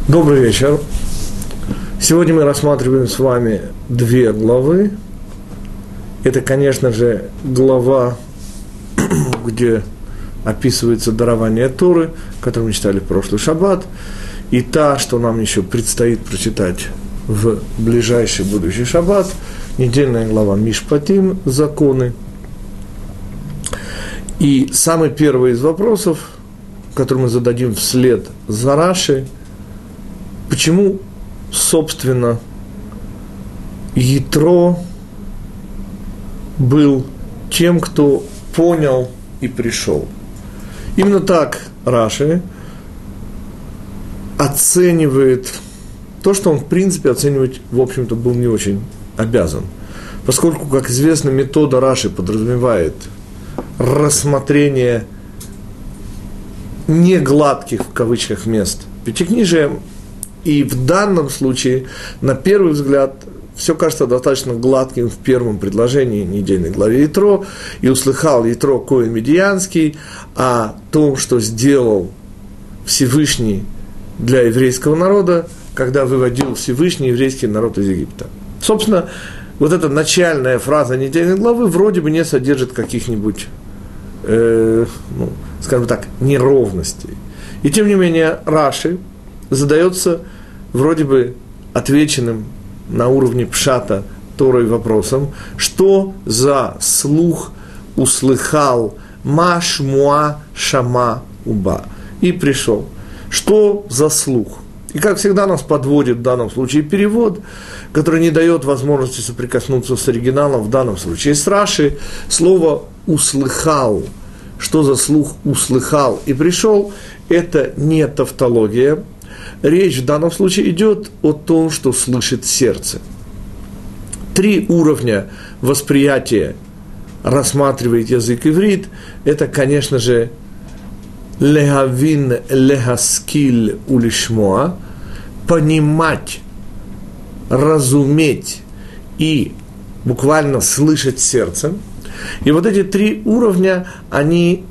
Добрый вечер. Сегодня мы рассматриваем с вами две главы. Это, конечно же, глава, где описывается дарование Торы, которую мы читали в прошлый шаббат, и та, что нам еще предстоит прочитать в ближайший будущий шаббат, недельная глава Мишпатим, законы. И самый первый из вопросов, который мы зададим вслед за Раши, почему, собственно, Ятро был тем, кто понял и пришел. Именно так Раши оценивает то, что он, в принципе, оценивать, в общем-то, был не очень обязан. Поскольку, как известно, метода Раши подразумевает рассмотрение негладких, в кавычках, мест пятикнижия. И в данном случае, на первый взгляд, все кажется достаточно гладким в первом предложении недельной главе Ятро. И услыхал Ятро Коэн Медианский о том, что сделал Всевышний для еврейского народа, когда выводил Всевышний еврейский народ из Египта. Собственно, вот эта начальная фраза недельной главы вроде бы не содержит каких-нибудь, скажем так, неровностей. И тем не менее Раши задается вроде бы отвеченным на уровне пшата Торой вопросом, что за слух услыхал Машмуа Шама Уба. И пришел. Что за слух? И, как всегда, нас подводит в данном случае перевод, который не дает возможности соприкоснуться с оригиналом, в данном случае с Раши. Слово «услыхал», что за слух услыхал и пришел, это не тавтология. Речь в данном случае идет о том, что слышит сердце. Три уровня восприятия рассматривает язык иврит. Это, конечно же, легавин, легаскиль, улишмоа, понимать, разуметь и буквально слышать сердцем. И вот эти три уровня, они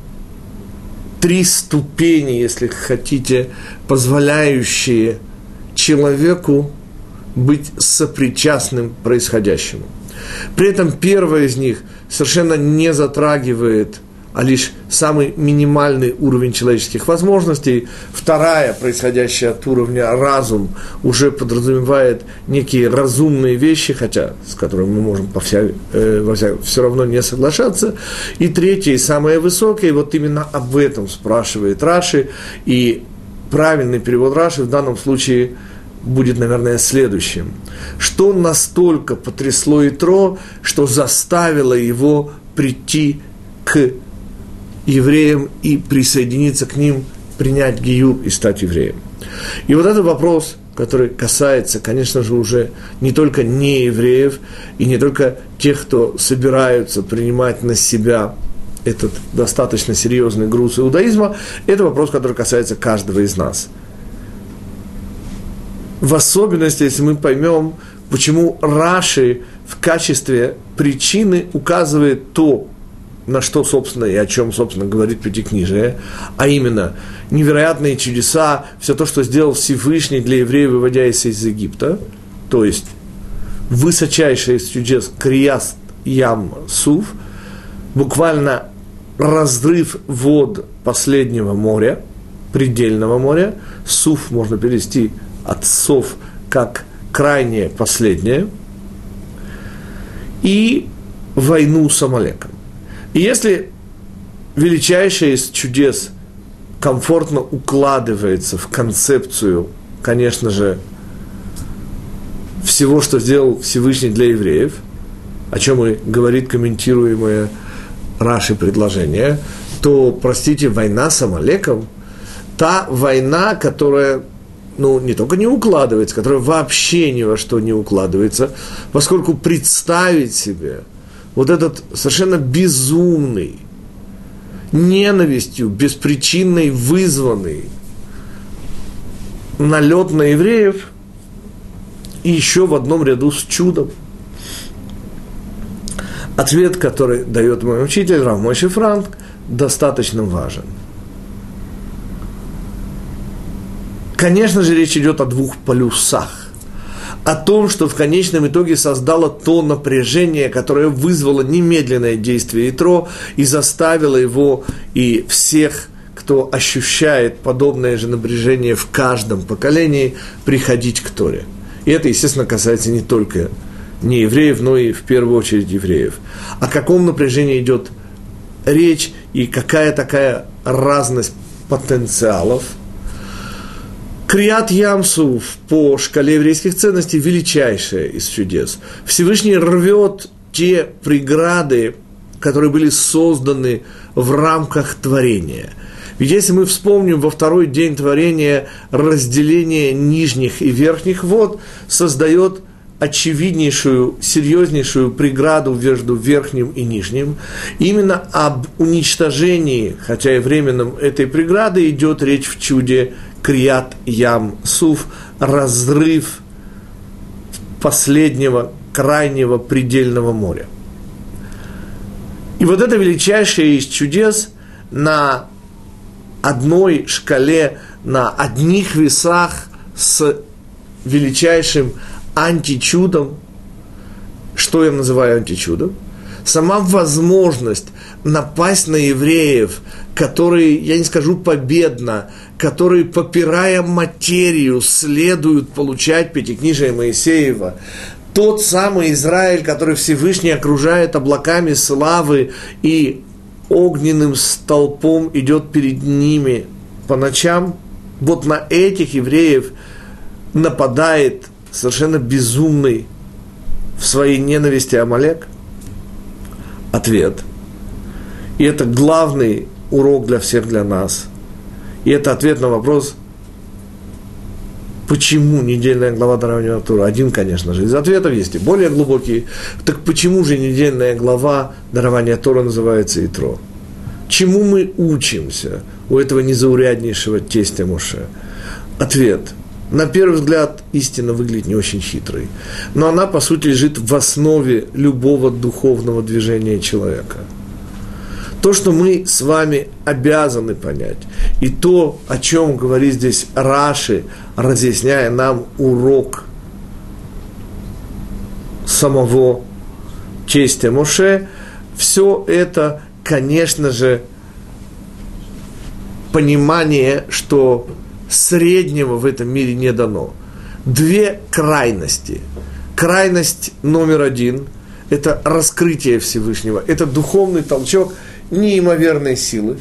три ступени, если хотите, позволяющие человеку быть сопричастным происходящему. При этом первая из них совершенно не затрагивает, а лишь самый минимальный уровень человеческих возможностей. Вторая, происходящая от уровня разум, уже подразумевает некие разумные вещи, хотя с которыми мы можем все равно не соглашаться. И третья, и самая высокая, и вот именно об этом спрашивает Раши. И правильный перевод Раши в данном случае будет, наверное, следующим. Что настолько потрясло Ятро, что заставило его прийти к евреям и присоединиться к ним, принять гиюр и стать евреем. И вот этот вопрос, который касается, конечно же, уже не только неевреев и не только тех, кто собираются принимать на себя этот достаточно серьезный груз иудаизма, это вопрос, который касается каждого из нас. В особенности, если мы поймем, почему Раши в качестве причины указывает то, на что, собственно, и о чем, собственно, говорит Пятикнижие, а именно невероятные чудеса, все то, что сделал Всевышний для евреев, выводя их из Египта, то есть высочайшее из чудес Крияс Ям Суф, буквально разрыв вод последнего моря, предельного моря, Суф можно перевести от Сов как крайнее последнее, и войну с Амалеком. И если величайшее из чудес комфортно укладывается в концепцию, конечно же, всего, что сделал Всевышний для евреев, о чем и говорит комментируемое Раши предложение, то, простите, война с Амалеком, та война, которая, не только не укладывается, которая вообще ни во что не укладывается, поскольку представить себе вот этот совершенно безумный, ненавистью, беспричинной вызванный налет на евреев, и еще в одном ряду с чудом. Ответ, который дает мой учитель Рав Мойше Франк, достаточно важен. Конечно же, речь идет о двух полюсах. О том, что в конечном итоге создало то напряжение, которое вызвало немедленное действие Итро и заставило его и всех, кто ощущает подобное же напряжение в каждом поколении, приходить к Торе. И это, естественно, касается не только неевреев, но и в первую очередь евреев. О каком напряжении идет речь и какая такая разность потенциалов. Криат Ям-Суф по шкале еврейских ценностей величайшее из чудес. Всевышний рвет те преграды, которые были созданы в рамках творения. Ведь если мы вспомним во второй день творения разделение нижних и верхних вод, создает очевиднейшую, серьезнейшую преграду между верхним и нижним. Именно об уничтожении, хотя и временном, этой преграды идет речь в чуде Криат Ям-Суф, разрыв последнего, крайнего, предельного моря. И вот это величайшее из чудес на одной шкале, на одних весах с величайшим античудом. Что я называю античудом? Сама возможность напасть на евреев, которые, я не скажу победно, которые, попирая материю, следуют получать Пятикнижие Моисеева. Тот самый Израиль, который Всевышний окружает облаками славы и огненным столпом идет перед ними по ночам. Вот на этих евреев нападает совершенно безумный в своей ненависти Амалек. Ответ. И это главный урок для всех, для нас. И это ответ на вопрос, почему недельная глава дарования Торы. Один, конечно же, из ответов есть и более глубокие. Так почему же недельная глава дарования Торы называется Итро? Чему мы учимся у этого незауряднейшего тестя Моше? Ответ. На первый взгляд, истина выглядит не очень хитрой, но она, по сути, лежит в основе любого духовного движения человека. То, что мы с вами обязаны понять, и то, о чем говорит здесь Раши, разъясняя нам урок самого тестя Моше, все это, конечно же, понимание, что среднего в этом мире не дано. Две крайности. Крайность номер один – это раскрытие Всевышнего, это духовный толчок неимоверной силы.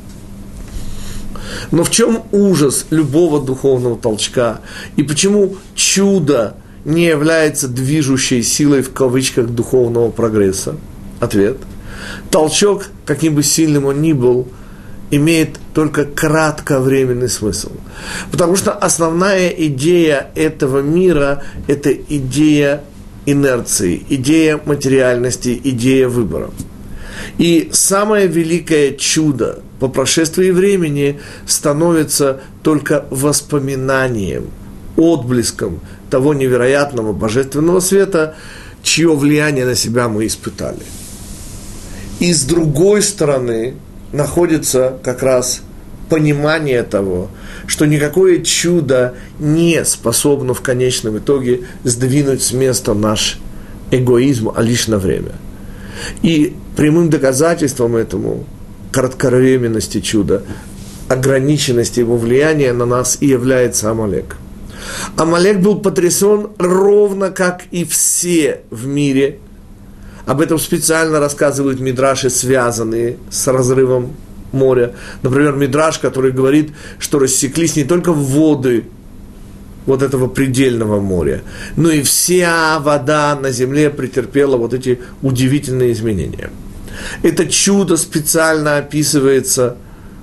Но в чем ужас любого духовного толчка? И почему чудо не является движущей силой, в кавычках, духовного прогресса? Ответ. Толчок, каким бы сильным он ни был, имеет только кратковременный смысл. Потому что основная идея этого мира – это идея инерции, идея материальности, идея выбора. И самое великое чудо по прошествии времени становится только воспоминанием, отблеском того невероятного божественного света, чье влияние на себя мы испытали. И с другой стороны находится как раз понимание того, что никакое чудо не способно в конечном итоге сдвинуть с места наш эгоизм, а лишь на время. И прямым доказательством этому кратковременности чуда, ограниченности его влияния на нас и является Амалек. Амалек был потрясен ровно как и все в мире. Об этом специально рассказывают мидраши, связанные с разрывом моря. Например, мидраш, который говорит, что рассеклись не только воды вот этого предельного моря, но и вся вода на земле претерпела вот эти удивительные изменения. Это чудо специально описывается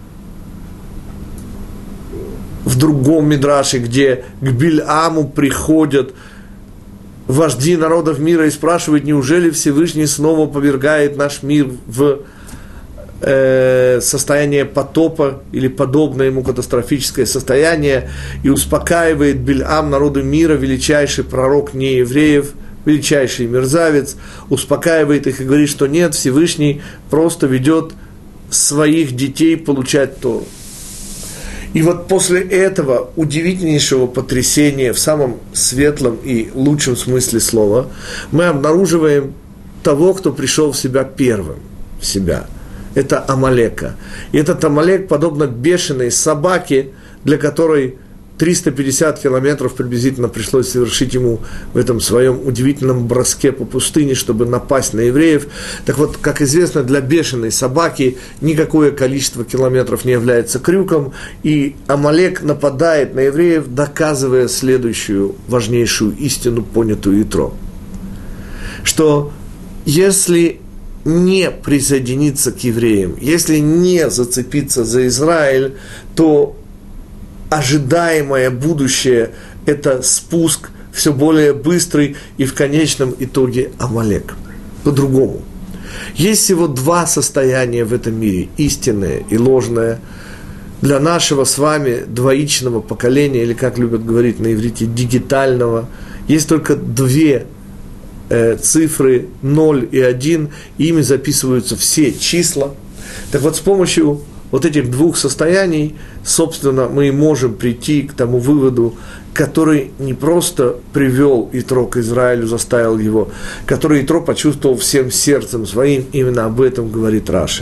в другом мидраше, где к Бильаму приходят вожди народов мира и спрашивают, неужели Всевышний снова повергает наш мир в состояние потопа или подобное ему катастрофическое состояние, и успокаивает Бильам народу мира, величайший пророк неевреев, величайший мерзавец, успокаивает их и говорит, что нет, Всевышний просто ведет своих детей получать Тору. И вот после этого удивительнейшего потрясения в самом светлом и лучшем смысле слова мы обнаруживаем того, кто пришел в себя первым, в себя. Это Амалека. И этот Амалек, подобно бешеной собаке, для которой 350 километров приблизительно пришлось совершить ему в этом своем удивительном броске по пустыне, чтобы напасть на евреев. Так вот, как известно, для бешеной собаки никакое количество километров не является крюком, и Амалек нападает на евреев, доказывая следующую важнейшую истину, понятую Итро, что если не присоединиться к евреям, если не зацепиться за Израиль, то ожидаемое будущее – это спуск все более быстрый и в конечном итоге Амалек. По-другому. Есть всего два состояния в этом мире – истинное и ложное. Для нашего с вами двоичного поколения, или, как любят говорить на иврите, дигитального, есть только две цифры 0 и 1, и ими записываются все числа. Так вот, с помощью вот этих двух состояний, собственно, мы можем прийти к тому выводу, который не просто привел Итро к Израилю, заставил его, который Итро почувствовал всем сердцем своим, именно об этом говорит Раши.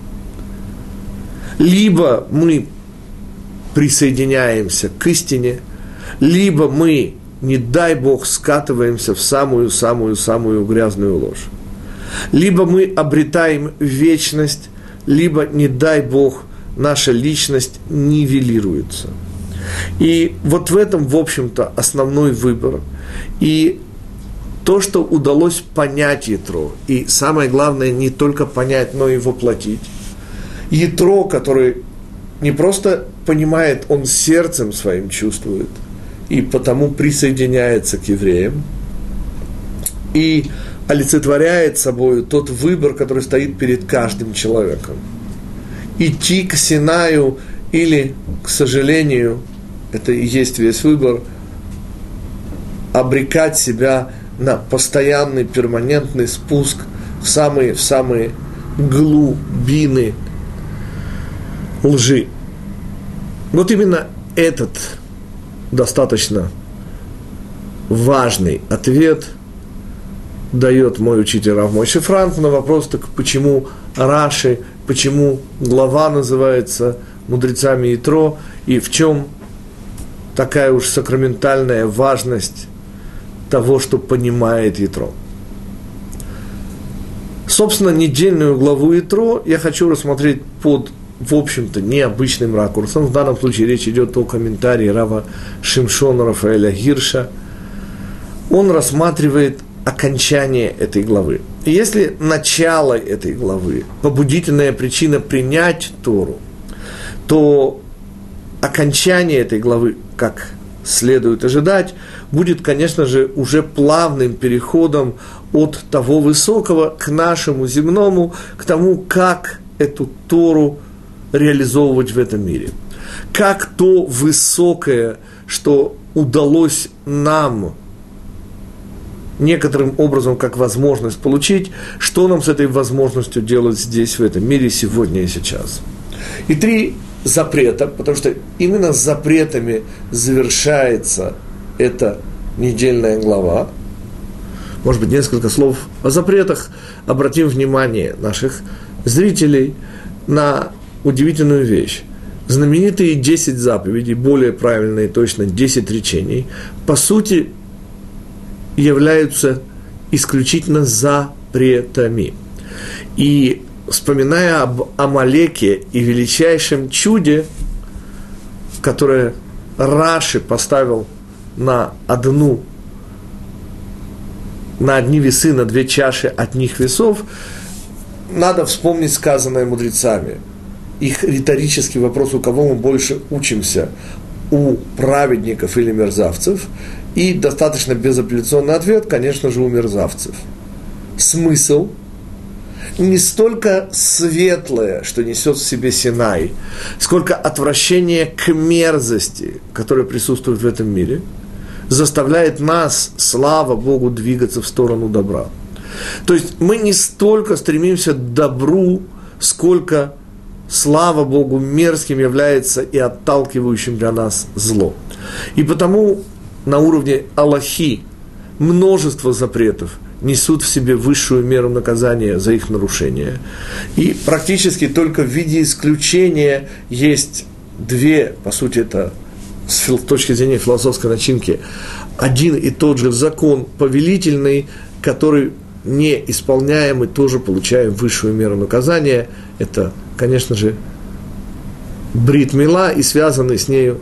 Либо мы присоединяемся к истине, либо мы, не дай Бог, скатываемся в самую-самую-самую грязную ложь. Либо мы обретаем вечность, либо, не дай Бог, наша личность нивелируется. И вот в этом, в общем-то, основной выбор. И то, что удалось понять Итро, и самое главное, не только понять, но и воплотить. Итро, который не просто понимает, он сердцем своим чувствует, и потому присоединяется к евреям, и олицетворяет собой тот выбор, который стоит перед каждым человеком. Идти к Синаю или, к сожалению, это и есть весь выбор, обрекать себя на постоянный, перманентный спуск в самые глубины лжи. Вот именно этот достаточно важный ответ дает мой учитель Рав Мойше Франк на вопрос, так почему Раши, почему глава называется мудрецами Итро, и в чем такая уж сакраментальная важность того, что понимает Итро. Собственно, недельную главу Итро я хочу рассмотреть под, в общем-то, необычным ракурсом. В данном случае речь идет о комментарии Рава Шимшона Рафаэля Гирша. Он рассматривает окончание этой главы. И если начало этой главы, побудительная причина принять Тору, то окончание этой главы, как следует ожидать, будет, конечно же, уже плавным переходом от того высокого к нашему земному, к тому, как эту Тору реализовывать в этом мире. Как то высокое, что удалось нам некоторым образом как возможность получить, что нам с этой возможностью делать здесь, в этом мире, сегодня и сейчас. И 3 запрета, потому что именно с запретами завершается эта недельная глава. Может быть, несколько слов о запретах. Обратим внимание наших зрителей на удивительную вещь. Знаменитые 10 заповедей, более правильно и точно 10 речений, по сути, являются исключительно запретами. И вспоминая об Амалеке и величайшем чуде, которое Раши поставил на одни весы, на 2 чаши одних весов, надо вспомнить сказанное мудрецами. Их риторический вопрос, у кого мы больше учимся, у праведников или мерзавцев, и достаточно безапелляционный ответ, конечно же, у мерзавцев. Смысл не столько светлое, что несет в себе Синай, сколько отвращение к мерзости, которая присутствует в этом мире, заставляет нас, слава Богу, двигаться в сторону добра. То есть мы не столько стремимся к добру, сколько слава Богу, мерзким является и отталкивающим для нас зло. И потому на уровне алахи множество запретов несут в себе высшую меру наказания за их нарушение. И практически только в виде исключения есть две, по сути, это с точки зрения философской начинки, один и тот же закон повелительный, который не исполняемый, тоже получаем высшую меру наказания. Это, конечно же, брит мила и связанный с нею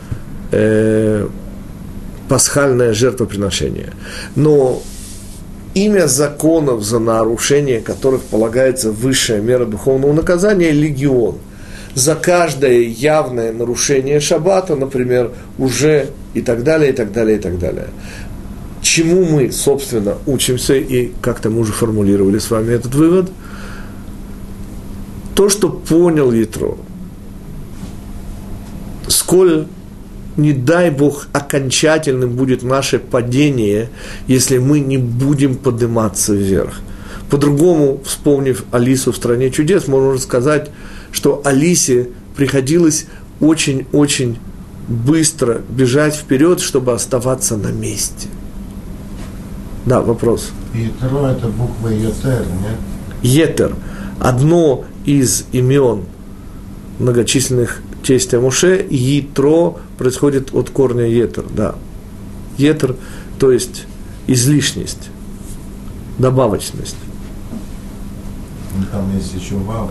пасхальное жертвоприношение. Но имя законов, за нарушение которых полагается высшая мера духовного наказания – легион. За каждое явное нарушение шаббата, например, уже и так далее, и так далее, и так далее. Чему мы, собственно, учимся, и как-то мы уже формулировали с вами этот вывод? То, что понял Ятро, сколь, не дай Бог, окончательным будет наше падение, если мы не будем подниматься вверх. По-другому, вспомнив Алису в «Стране чудес», можно сказать, что Алисе приходилось очень-очень быстро бежать вперед, чтобы оставаться на месте. Да, вопрос. Ятро – это буква Йотер, нет? Етер. Одно из имен многочисленных тестя Моше, Ятро, происходит от корня Етер. Да. Етер, то есть излишность, добавочность. Там есть еще Вав.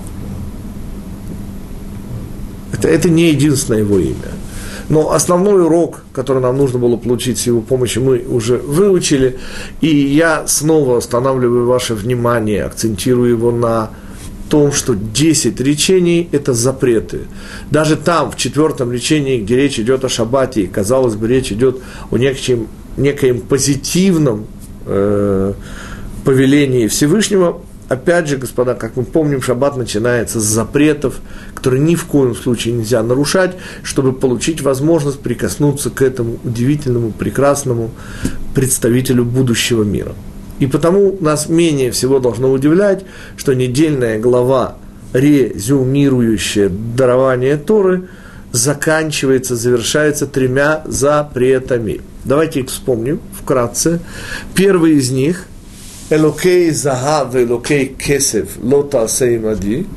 Это не единственное его имя. Но основной урок, который нам нужно было получить с его помощью, мы уже выучили. И я снова останавливаю ваше внимание, акцентирую его на том, что 10 речений – это запреты. Даже там, в 4-м речении, где речь идет о шаббате, и, казалось бы, речь идет о некоем позитивном повелении Всевышнего. Опять же, господа, как мы помним, шаббат начинается с запретов, которые ни в коем случае нельзя нарушать, чтобы получить возможность прикоснуться к этому удивительному, прекрасному представителю будущего мира. И потому нас менее всего должно удивлять, что недельная глава, резюмирующая дарование Торы, заканчивается, завершается 3 запретами. Давайте их вспомним вкратце. Первый из них – Элокей захав и элокей кесев лота сеймади.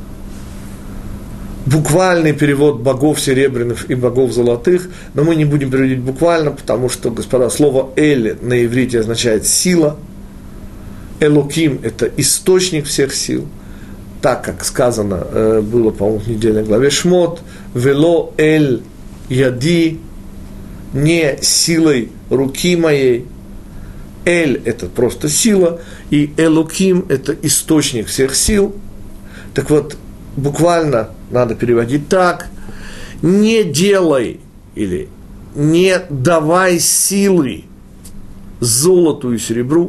Буквальный перевод богов серебряных и богов золотых, но мы не будем переводить буквально, потому что, господа, слово «эль» на иврите означает «сила». Элоким – это источник всех сил, так как сказано было, по-моему, в недельной главе Шмот, «Вело эль яди» – не силой руки моей. Эль – это просто сила, и Элоким – это источник всех сил. Так вот, буквально надо переводить так: не делай или не давай силы золоту и серебру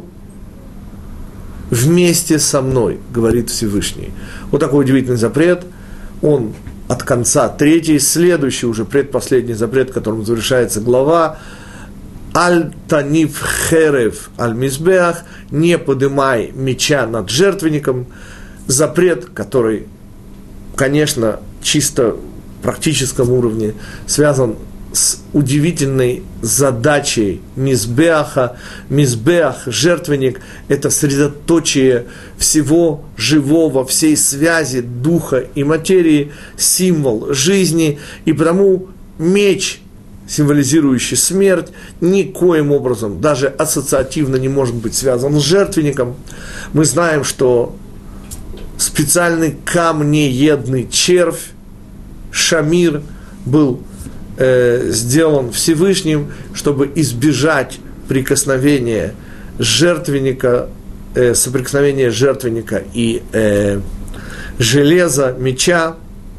вместе со мной, говорит Всевышний. Вот такой удивительный запрет, он от конца 3, следующий уже предпоследний запрет, которым завершается глава, «Аль-таниф херев аль-мизбеах», «не подымай меча над жертвенником», запрет, который, конечно, чисто в практическом уровне связан с удивительной задачей мизбеаха. Мизбеах, жертвенник, это средоточие всего живого, всей связи духа и материи, символ жизни, и потому меч, символизирующий смерть, никоим образом, даже ассоциативно не может быть связан с жертвенником. Мы знаем, что специальный камнеедный червь, шамир, был сделан Всевышним, чтобы избежать прикосновения жертвенника, соприкосновения жертвенника и железа, меча.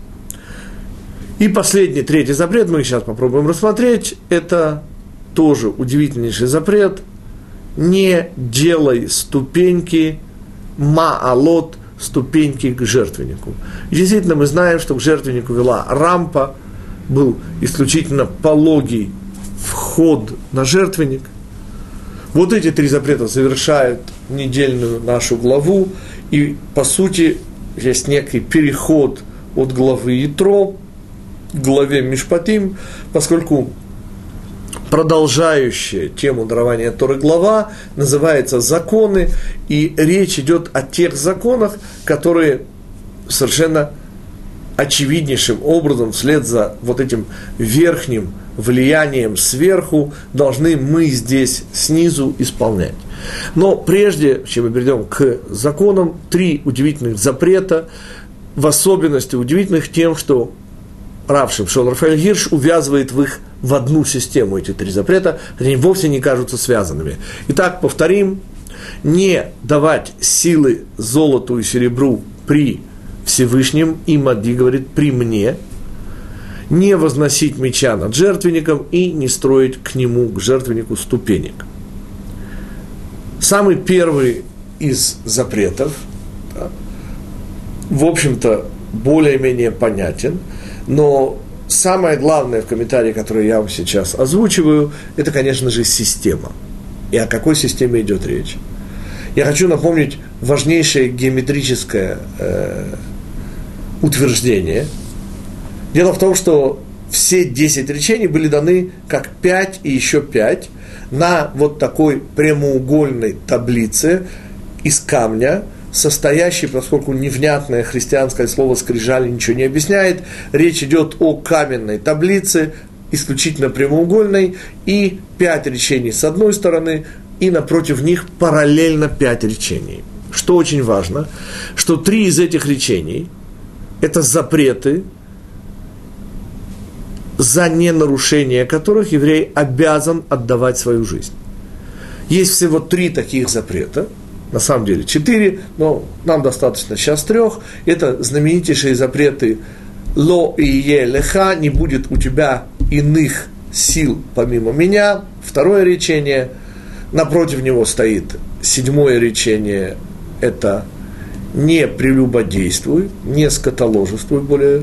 И последний, 3 запрет, мы сейчас попробуем рассмотреть, это тоже удивительнейший запрет. Не делай ступеньки, маалот, ступеньки к жертвеннику. И действительно, мы знаем, что к жертвеннику вела рампа, был исключительно пологий вход на жертвенник. Вот эти 3 запрета завершают недельную нашу главу, и, по сути, есть некий переход от главы Ятро к главе Мишпатим, поскольку продолжающая тему дарования Торы глава называется «Законы», и речь идет о тех законах, которые совершенно очевиднейшим образом, вслед за вот этим верхним влиянием сверху, должны мы здесь снизу исполнять. Но прежде чем мы перейдем к законам, 3 удивительных запрета, в особенности удивительных тем, что Рав Шимшон Рафаэль Гирш увязывает в одну систему эти 3 запрета, хотя они вовсе не кажутся связанными. Итак, повторим: не давать силы золоту и серебру при Всевышнем, и Мади говорит при мне, не возносить меча над жертвенником и не строить к нему, к жертвеннику, ступенек. Самый первый из запретов, да, в общем-то, более-менее понятен, но самое главное в комментарии, который я вам сейчас озвучиваю, это, конечно же, система. И о какой системе идет речь? Я хочу напомнить важнейшее геометрическое утверждение. Дело в том, что все 10 речений были даны как 5 и еще 5 на вот такой прямоугольной таблице из камня, состоящей, поскольку невнятное христианское слово «скрижали» ничего не объясняет, речь идет о каменной таблице, исключительно прямоугольной, и 5 речений с одной стороны, и напротив них параллельно 5 речений. Что очень важно, что 3 из этих речений – это запреты, за ненарушение которых еврей обязан отдавать свою жизнь. Есть всего 3 таких запрета, на самом деле 4, но нам достаточно сейчас 3. Это знаменитейшие запреты «Ло ие леха», «Не будет у тебя иных сил помимо меня». 2 речение, напротив него стоит 7 речение, это «Не прелюбодействуй», «Не скотоложествуй», более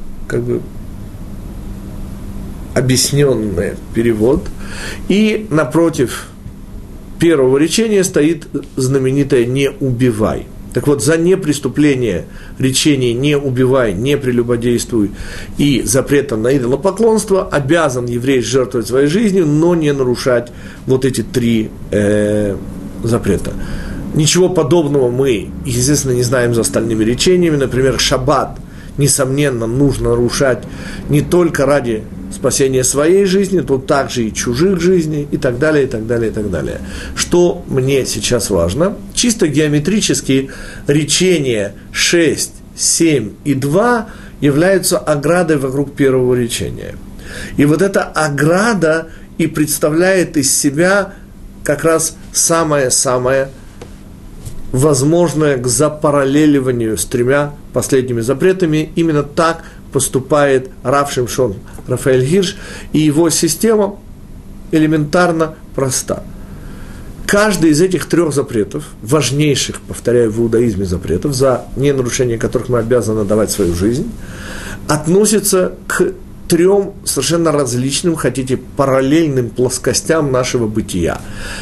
объясненный перевод. И напротив первого речения стоит знаменитое «не убивай». Так вот, за непреступление речений «не убивай», «не прелюбодействуй» и запретом на идолопоклонство обязан еврей жертвовать своей жизнью, но не нарушать вот эти 3 запрета. Ничего подобного мы, естественно, не знаем за остальными речениями. Например, шаббат, несомненно, нужно нарушать не только ради спасения своей жизни, то также и чужих жизней, и так далее, и так далее, и так далее. Что мне сейчас важно? Чисто геометрически речения 6, 7 и 2 являются оградой вокруг первого речения. И вот эта ограда и представляет из себя как раз самое-самое возможное к запараллеливанию с 3 последними запретами. Именно так поступает Рав Шимшон Рафаэль Гирш, и его система элементарно проста. Каждый из этих 3 запретов, важнейших, повторяю, в иудаизме запретов, за ненарушение которых мы обязаны давать свою жизнь, относится к 3 совершенно различным, хотите, параллельным плоскостям нашего бытия.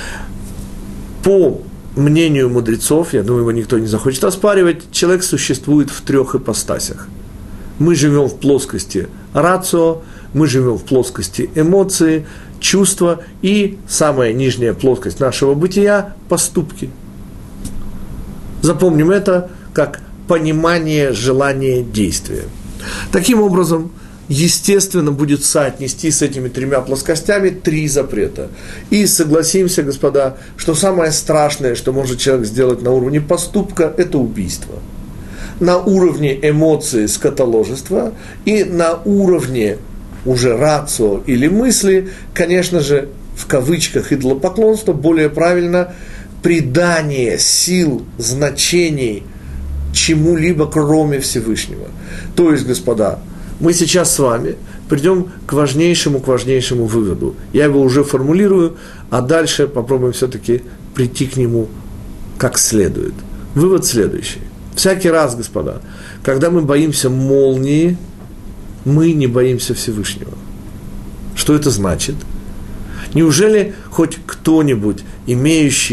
По мнению мудрецов, я думаю, его никто не захочет оспаривать, человек существует в 3 ипостасях. Мы живем в плоскости рацио, мы живем в плоскости эмоции, чувства и самая нижняя плоскость нашего бытия – поступки. Запомним это как понимание, желание, действия. Таким образом, естественно, будет соотнести с этими 3 плоскостями 3 запрета. И согласимся, господа, что самое страшное, что может человек сделать на уровне поступка – это убийство. На уровне эмоций скотоложества и на уровне уже рацио или мысли, конечно же, в кавычках идолопоклонство, более правильно, придание сил, значений чему-либо, кроме Всевышнего. То есть, господа, мы сейчас с вами придем к важнейшему выводу. Я его уже формулирую, а дальше попробуем все-таки прийти к нему как следует. Вывод следующий. Всякий раз, господа, когда мы боимся молнии, мы не боимся Всевышнего. Что это значит? Неужели хоть кто-нибудь, имеющий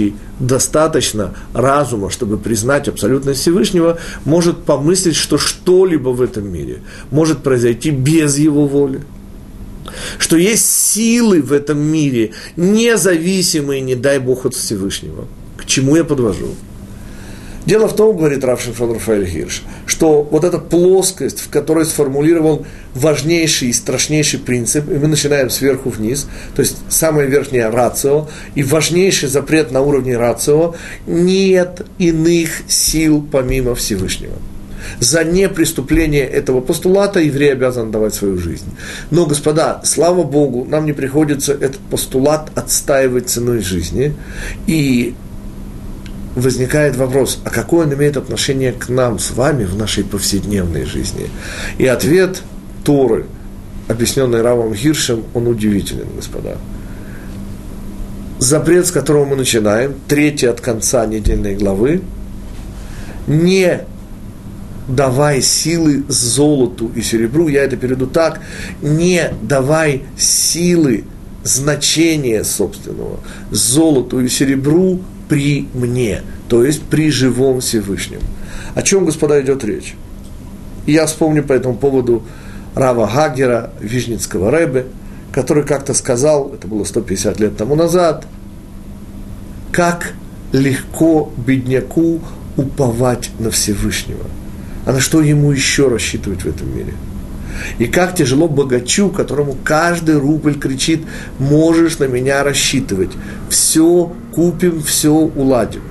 достаточно разума, чтобы признать абсолютность Всевышнего, может помыслить, что что-либо в этом мире может произойти без его воли. Что есть силы в этом мире, независимые, не дай Бог, от Всевышнего. К чему я подвожу? Дело в том, говорит Рав Шимшон Рафаэль Хирш, что вот эта плоскость, в которой сформулирован важнейший и страшнейший принцип, и мы начинаем сверху вниз, то есть самое верхнее рацио, и важнейший запрет на уровне рацио, нет иных сил помимо Всевышнего. За непреступление этого постулата еврей обязан давать свою жизнь. Но, господа, слава Богу, нам не приходится этот постулат отстаивать ценой жизни. И возникает вопрос, а какое он имеет отношение к нам с вами в нашей повседневной жизни? И ответ Торы, объясненный Равом Хиршем, он удивителен, господа. Запрет, с которого мы начинаем, 3 от конца недельной главы, не давай силы золоту и серебру, я это переведу так, не давай силы, значения собственного золоту и серебру при мне, то есть при живом Всевышнем. О чем, господа, идет речь? И я вспомню по этому поводу Рава Гагера, Вижницкого ребе, который как-то сказал, это было 150 лет тому назад, как легко бедняку уповать на Всевышнего. А на что ему еще рассчитывать в этом мире? И как тяжело богачу, которому каждый рубль кричит: можешь на меня рассчитывать, все купим, все уладим.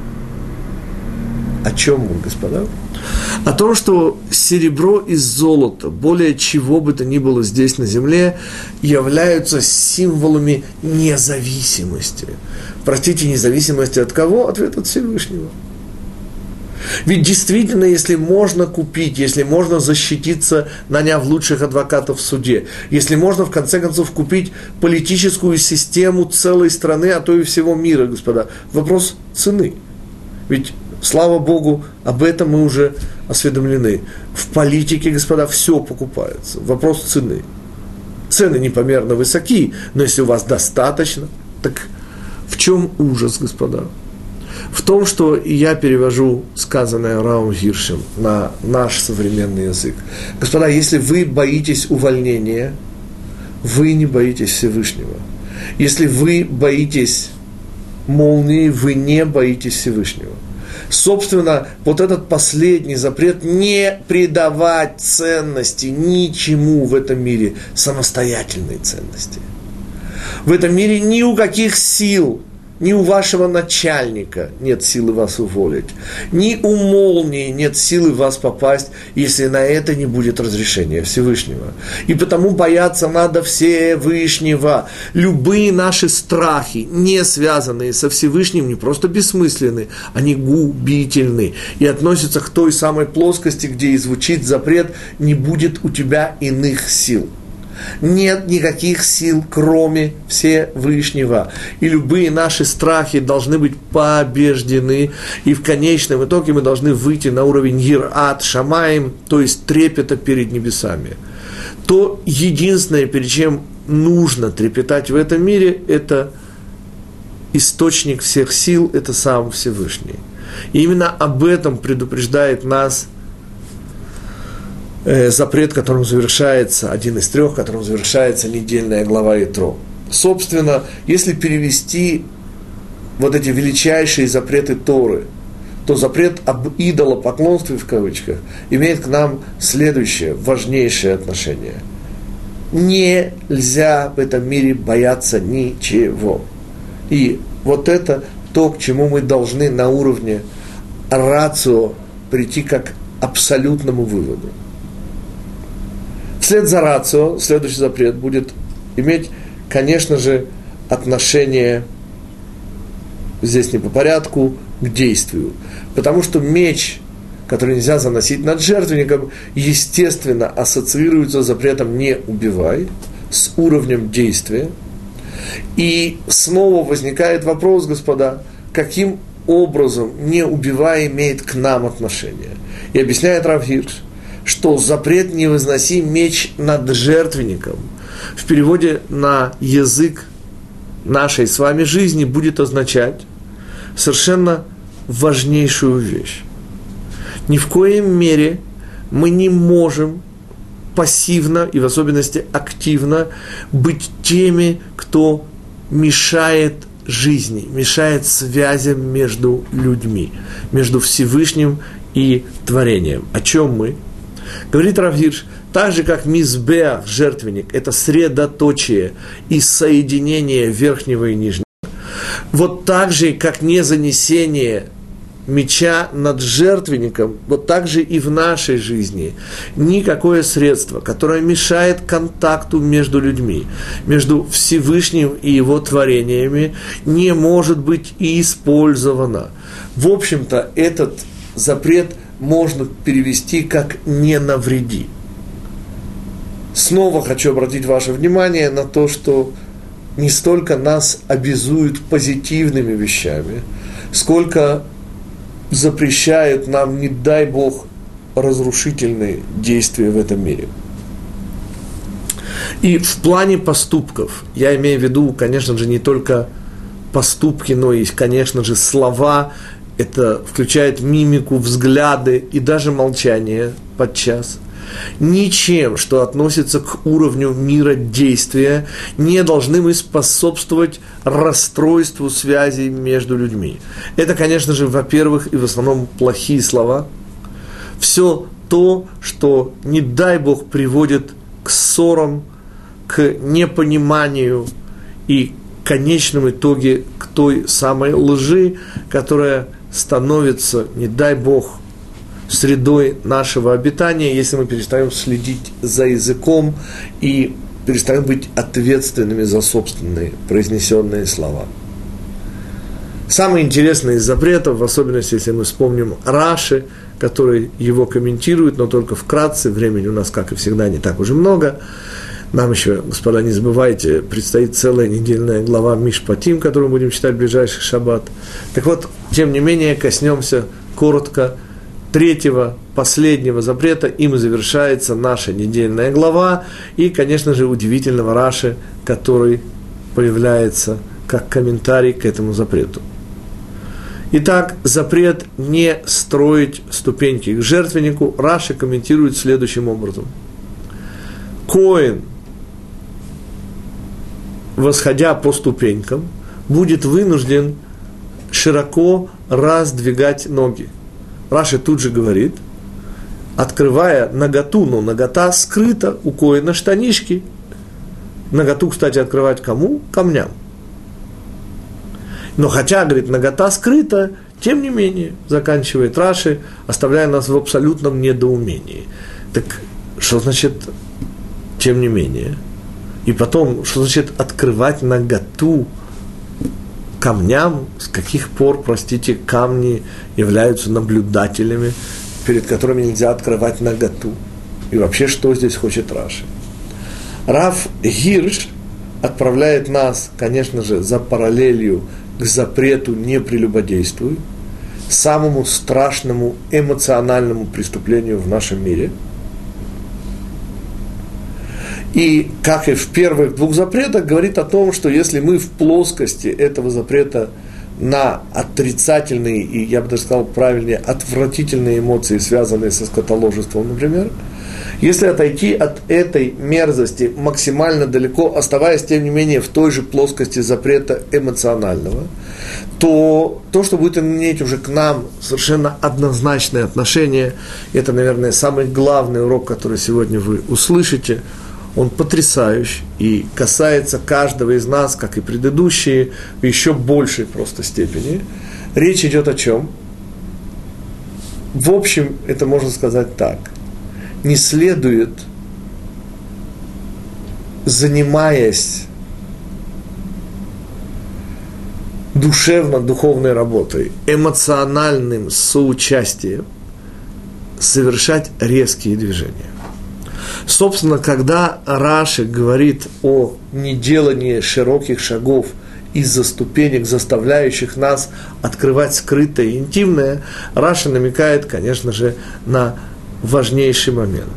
О чем мы, господа? О том, что серебро и золото, более чего бы то ни было здесь на земле, являются символами независимости. Простите, независимости от кого? Ответ от Всевышнего. Ведь действительно, если можно купить, если можно защититься, наняв лучших адвокатов в суде, если можно, в конце концов, купить политическую систему целой страны, а то и всего мира, господа, вопрос цены. Ведь, слава Богу, об этом мы уже осведомлены. В политике, господа, все покупается. Вопрос цены. Цены непомерно высоки, но если у вас достаточно, так в чем ужас, господа? В том, что я перевожу сказанное Равом Хиршем на наш современный язык. Господа, если вы боитесь увольнения, вы не боитесь Всевышнего. Если вы боитесь молнии, вы не боитесь Всевышнего. Собственно, вот этот последний запрет не придавать ценности ничему в этом мире, самостоятельной ценности. В этом мире ни у каких сил, ни у вашего начальника нет силы вас уволить, ни у молнии нет силы в вас попасть, если на это не будет разрешения Всевышнего. И потому бояться надо Всевышнего. Любые наши страхи, не связанные со Всевышним, не просто бессмысленны, они губительны. И относятся к той самой плоскости, где и звучит запрет: не будет у тебя иных сил. Нет никаких сил, кроме Всевышнего. И любые наши страхи должны быть побеждены. И в конечном итоге мы должны выйти на уровень Йират Шамаим, то есть трепета перед небесами. То единственное, перед чем нужно трепетать в этом мире, это источник всех сил, это сам Всевышний. И именно об этом предупреждает нас запрет, которым завершается, один из 3, которым завершается недельная глава Итро. Собственно, если перевести вот эти величайшие запреты Торы, то запрет об идолопоклонстве, в кавычках, имеет к нам следующее, важнейшее отношение. Нельзя в этом мире бояться ничего. И вот это то, к чему мы должны на уровне рацио прийти как абсолютному выводу. Вслед за рацио, следующий запрет будет иметь, конечно же, отношение, здесь не по порядку, к действию. Потому что меч, который нельзя заносить над жертвенником, естественно, ассоциируется с запретом «не убивай», с уровнем действия. И снова возникает вопрос, господа, каким образом «не убивай» имеет к нам отношение. И объясняет Рав Хирш, что запрет «не возноси меч над жертвенником» в переводе на язык нашей с вами жизни будет означать, совершенно важнейшую вещь. Ни в коем мере мы не можем пассивно и в особенности активно быть теми, кто мешает жизни, мешает связям между людьми, между Всевышним и творением. О чем мы? Говорит Рав Гирш, так же, как мизбеах, жертвенник, это средоточие и соединение верхнего и нижнего, вот так же, как не занесение меча над жертвенником, вот так же и в нашей жизни никакое средство, которое мешает контакту между людьми, между Всевышним и его творениями, не может быть и использовано. В общем-то, этот запрет можно перевести как «не навреди». Снова хочу обратить ваше внимание на то, что не столько нас обязуют позитивными вещами, сколько запрещают нам, не дай Бог, разрушительные действия в этом мире. И в плане поступков, я имею в виду, конечно же, не только поступки, но и, конечно же, слова, это включает мимику, взгляды и даже молчание подчас. Ничем, что относится к уровню мира действия, не должны мы способствовать расстройству связей между людьми. Это, конечно же, во-первых, и в основном плохие слова. Все то, что, не дай Бог, приводит к ссорам, к непониманию и в конечном итоге к той самой лжи, которая становится, не дай Бог, средой нашего обитания, если мы перестаем следить за языком и перестаем быть ответственными за собственные произнесенные слова. Самый интересный из запретов, в особенности, если мы вспомним Раши, который его комментирует, но только вкратце, времени у нас, как и всегда, не так уже много. Нам еще, господа, не забывайте, предстоит целая недельная глава Мишпатим, которую будем читать в ближайший шаббат. Так вот, тем не менее, коснемся коротко третьего, последнего запрета, им завершается наша недельная глава, и, конечно же, удивительного Раши, который появляется как комментарий к этому запрету. Итак, запрет не строить ступеньки к жертвеннику Раши комментирует следующим образом. Коэн, восходя по ступенькам, будет вынужден широко раздвигать ноги. Раши тут же говорит, открывая наготу, но нагота скрыта у коэна штанишки. Наготу, кстати, открывать кому? Камням. Но хотя, говорит, нагота скрыта, тем не менее, заканчивает Раши, оставляя нас в абсолютном недоумении. Так что значит тем не менее? И потом, что значит открывать наготу камням? С каких пор, простите, камни являются наблюдателями, перед которыми нельзя открывать наготу? И вообще, что здесь хочет Раши? Рав Гирш отправляет нас, конечно же, за параллелью к запрету «не прелюбодействуй», самому страшному эмоциональному преступлению в нашем мире. И, как и в первых двух запретах, говорит о том, что если мы в плоскости этого запрета на отрицательные и, я бы даже сказал правильнее, отвратительные эмоции, связанные со скотоложеством, например, если отойти от этой мерзости максимально далеко, оставаясь, тем не менее, в той же плоскости запрета эмоционального, то то, что будет иметь уже к нам совершенно однозначное отношение, это, наверное, самый главный урок, который сегодня вы услышите, он потрясающий и касается каждого из нас, как и предыдущие, в еще большей просто степени. Речь идет о чем? В общем, это можно сказать так. Не следует, занимаясь душевно-духовной работой, эмоциональным соучастием, совершать резкие движения. Собственно, когда Раши говорит о неделании широких шагов из-за ступенек, заставляющих нас открывать скрытое и интимное, Раши намекает, конечно же, на важнейший момент.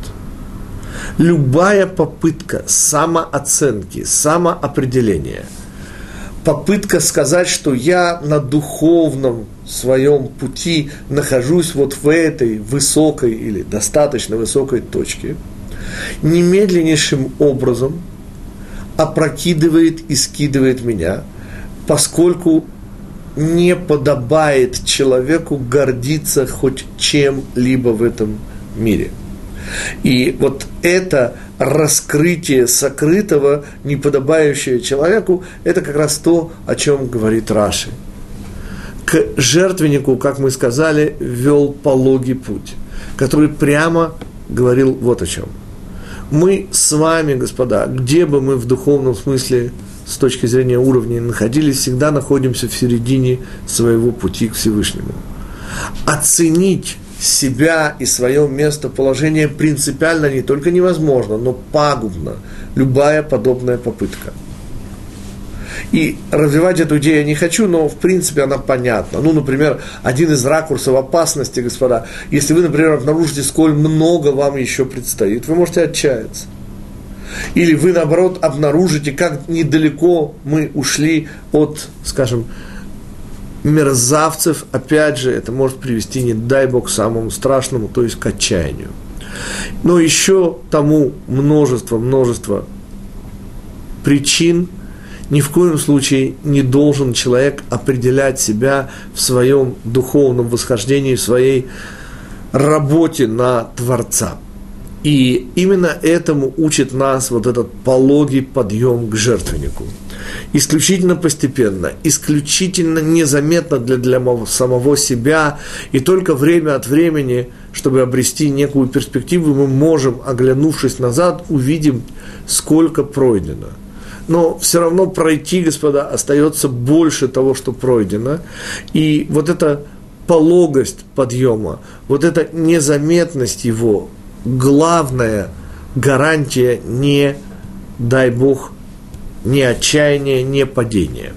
Любая попытка самооценки, самоопределения попытка сказать, что я на духовном своем пути нахожусь вот в этой высокой или достаточно высокой точке, немедленнейшим образом опрокидывает и скидывает меня, поскольку не подобает человеку гордиться хоть чем-либо в этом мире. И вот это раскрытие сокрытого, не подобающее человеку, это как раз то, о чем говорит Раши. К жертвеннику, как мы сказали, вел пологий путь, который прямо говорил вот о чем. Мы с вами, господа, где бы мы в духовном смысле, с точки зрения уровня находились, всегда находимся в середине своего пути к Всевышнему. Оценить себя и свое местоположение принципиально не только невозможно, но пагубно. Любая подобная попытка. И развивать эту идею я не хочу, но в принципе она понятна. Ну, например, один из ракурсов опасности, господа, если вы, например, обнаружите, сколь много вам еще предстоит, вы можете отчаяться. Или вы, наоборот, обнаружите, как недалеко мы ушли от, скажем, мерзавцев. Опять же, это может привести, не дай Бог, к самому страшному, то есть к отчаянию. Но еще тому множество причин. Ни в коем случае не должен человек определять себя в своем духовном восхождении, в своей работе на Творца. И именно этому учит нас вот этот пологий подъем к жертвеннику. Исключительно постепенно, исключительно незаметно для самого себя, и только время от времени, чтобы обрести некую перспективу, мы можем, оглянувшись назад, увидим, сколько пройдено. Но все равно пройти, господа, остается больше того, что пройдено. И вот эта пологость подъема, вот эта незаметность его, главная гарантия не, дай Бог, не отчаяния, не падения.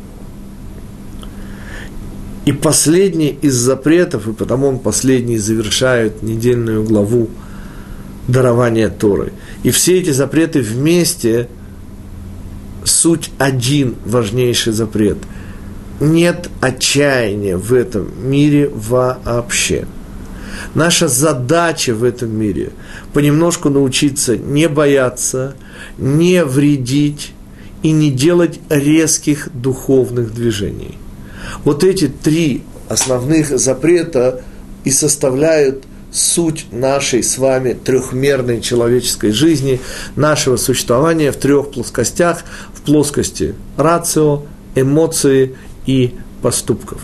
И последний из запретов, и потому он последний завершает недельную главу дарования Торы. И все эти запреты вместе – суть один важнейший запрет. Нет отчаяния в этом мире вообще. Наша задача в этом мире – понемножку научиться не бояться, не вредить и не делать резких духовных движений. Вот эти три основных запрета и составляют суть нашей с вами трехмерной человеческой жизни, нашего существования в трех плоскостях, в плоскости рацио, эмоции и поступков.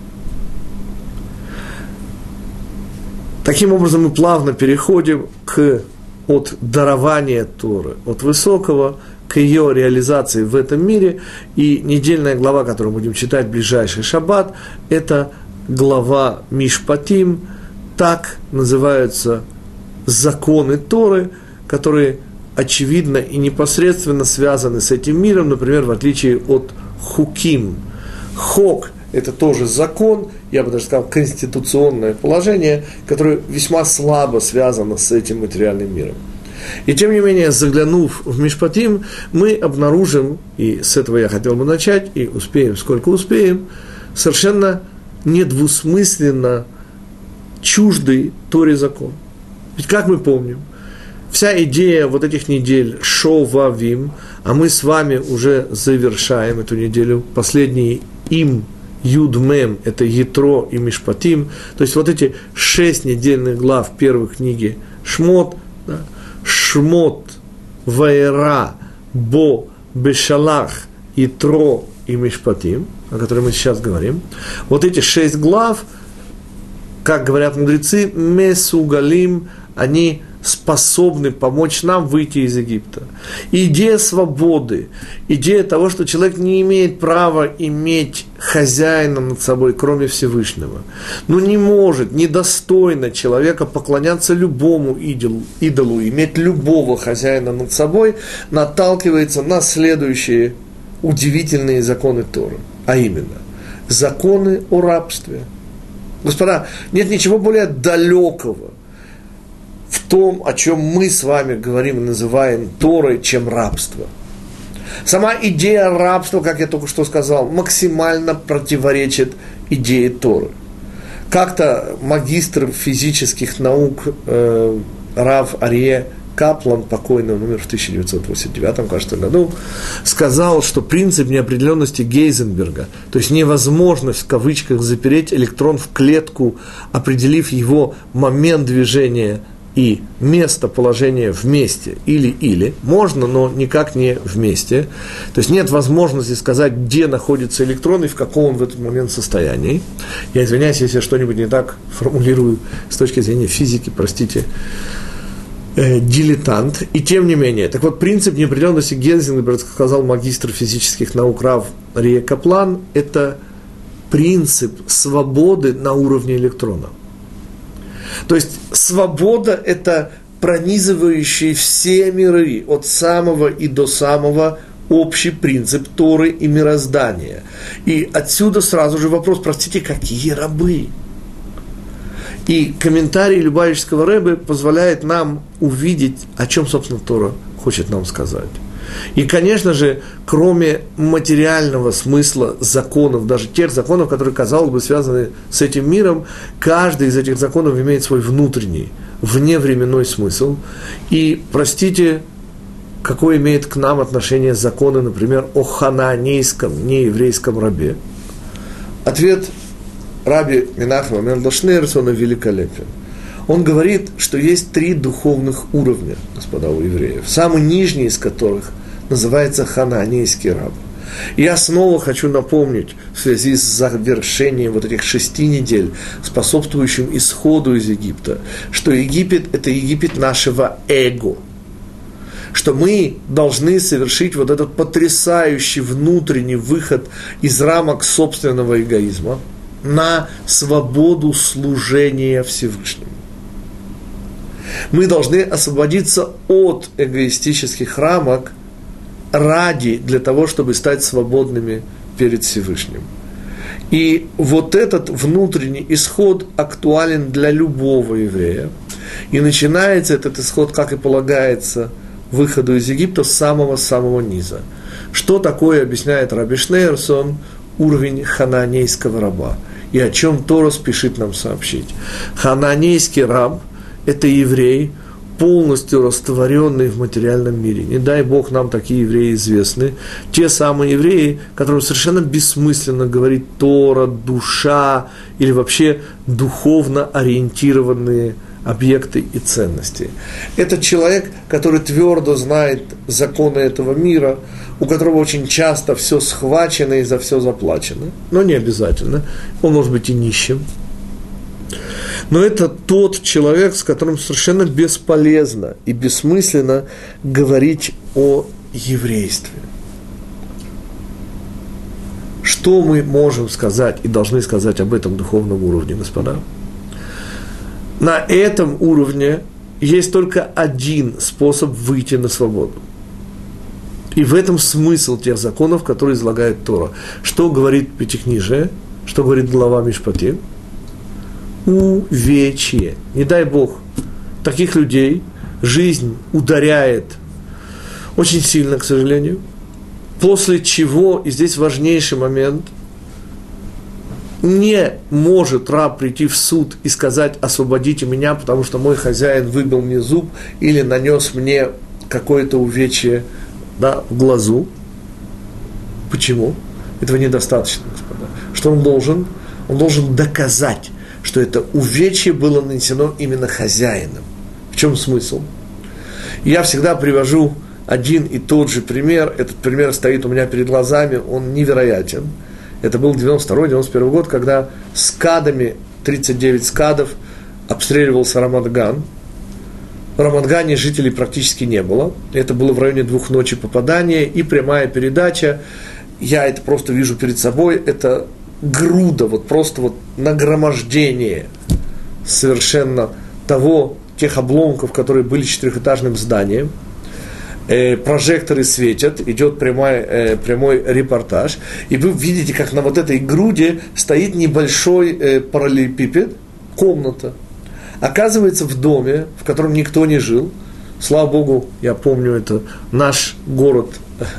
Таким образом, мы плавно переходим от дарования Торы, от высокого, к ее реализации в этом мире. И недельная глава, которую будем читать в ближайший шаббат, это глава Мишпатим. Так называются законы Торы, которые очевидно и непосредственно связаны с этим миром, например, в отличие от хуким. Хок – это тоже закон, я бы даже сказал, конституционное положение, которое весьма слабо связано с этим материальным миром. И тем не менее, заглянув в Мишпатим, мы обнаружим, и с этого я хотел бы начать, и успеем, сколько успеем, совершенно недвусмысленно чуждый Торе закон. Ведь, как мы помним, вся идея вот этих недель Шовавим, а мы с вами уже завершаем эту неделю, последний им, Юдмем, это Ятро и Мишпатим, то есть вот эти 6 недельных глав первой книги Шмот, да, Шмот, Ваера, Бо, Бешалах, Ятро и Мишпатим, о которых мы сейчас говорим, вот эти 6 глав, как говорят мудрецы, месугалим, они способны помочь нам выйти из Египта. И идея свободы, идея того, что человек не имеет права иметь хозяина над собой, кроме Всевышнего. Но не может, недостойно человека поклоняться любому идолу, иметь любого хозяина над собой, наталкивается на следующие удивительные законы Торы. А именно, законы о рабстве. Господа, нет ничего более далекого в том, о чем мы с вами говорим и называем Торой, чем рабство. Сама идея рабства, как я только что сказал, максимально противоречит идее Торы. Как-то магистр физических наук Рав Арье Каплан, покойный, он умер в 1989, кажется, году, сказал, что принцип неопределенности Гейзенберга, то есть невозможность в кавычках запереть электрон в клетку, определив его момент движения и местоположение вместе, или, можно, но никак не вместе. То есть нет возможности сказать, где находится электрон и в каком он в этот момент состоянии. Я извиняюсь, если я что-нибудь не так формулирую с точки зрения физики, простите, дилетант. И тем не менее. Так вот, принцип неопределенности Гейзенберга, сказал магистр физических наук Рав Арье Каплан, это принцип свободы на уровне электрона. То есть свобода – это пронизывающий все миры, от самого и до самого общий принцип Торы и мироздания. И отсюда сразу же вопрос, простите, какие рабы? И комментарий Любавического Ребе позволяет нам увидеть, о чем, собственно, Тора хочет нам сказать. И, конечно же, кроме материального смысла законов, даже тех законов, которые, казалось бы, связаны с этим миром, каждый из этих законов имеет свой внутренний, вневременной смысл. И, простите, какое имеет к нам отношение законы, например, о хананейском, нееврейском рабе? Ответ Раби Менахема Мендел Шнейрсона великолепен. Он говорит, что есть 3 духовных уровня, господа, у евреев, самый нижний из которых называется хананейский раб. И я снова хочу напомнить, в связи с завершением вот этих 6 недель, способствующим исходу из Египта, что Египет – это Египет нашего эго, что мы должны совершить вот этот потрясающий внутренний выход из рамок собственного эгоизма на свободу служения Всевышнему. Мы должны освободиться от эгоистических рамок для того, чтобы стать свободными перед Всевышним. И вот этот внутренний исход актуален для любого еврея. И начинается этот исход, как и полагается, выходу из Египта с самого-самого низа. Что такое, объясняет Раби Шнейрсон, уровень хананейского раба? И о чем Тора спешит нам сообщить. Хананейский раб – это еврей, полностью растворенный в материальном мире. Не дай Бог нам такие евреи известны. Те самые евреи, которым совершенно бессмысленно говорить Тора, душа или вообще духовно ориентированные объекты и ценности. Это человек, который твердо знает законы этого мира, у которого очень часто все схвачено и за все заплачено, но не обязательно. Он может быть и нищим. Но это тот человек, с которым совершенно бесполезно и бессмысленно говорить о еврействе. Что мы можем сказать и должны сказать об этом духовном уровне, господа? На этом уровне есть только один способ выйти на свободу. И в этом смысл тех законов, которые излагает Тора. Что говорит Пятикнижие? Что говорит глава Мишпатим? Увечье. Не дай Бог, таких людей жизнь ударяет очень сильно, к сожалению. После чего, и здесь важнейший момент, не может раб прийти в суд и сказать: освободите меня, потому что мой хозяин выбил мне зуб или нанес мне какое-то увечье, да, в глазу. Почему? Этого недостаточно, господа. Что он должен? Он должен доказать, что это увечье было нанесено именно хозяином. В чем смысл? Я всегда привожу один и тот же пример. Этот пример стоит у меня перед глазами, он невероятен. Это был 92-91 год, когда скадами, 39 скадов, обстреливался Рамат-Ган. В Рамат-Гане жителей практически не было. Это было в районе 2 ночи попадания и прямая передача. Я это просто вижу перед собой. Это груда, вот просто вот нагромождение совершенно тех обломков, которые были 4-этажным зданием. Прожекторы светят, идет прямой репортаж, и вы видите, как на вот этой груди стоит небольшой параллелепипед, комната. Оказывается, в доме, в котором никто не жил, слава Богу, я помню, это наш город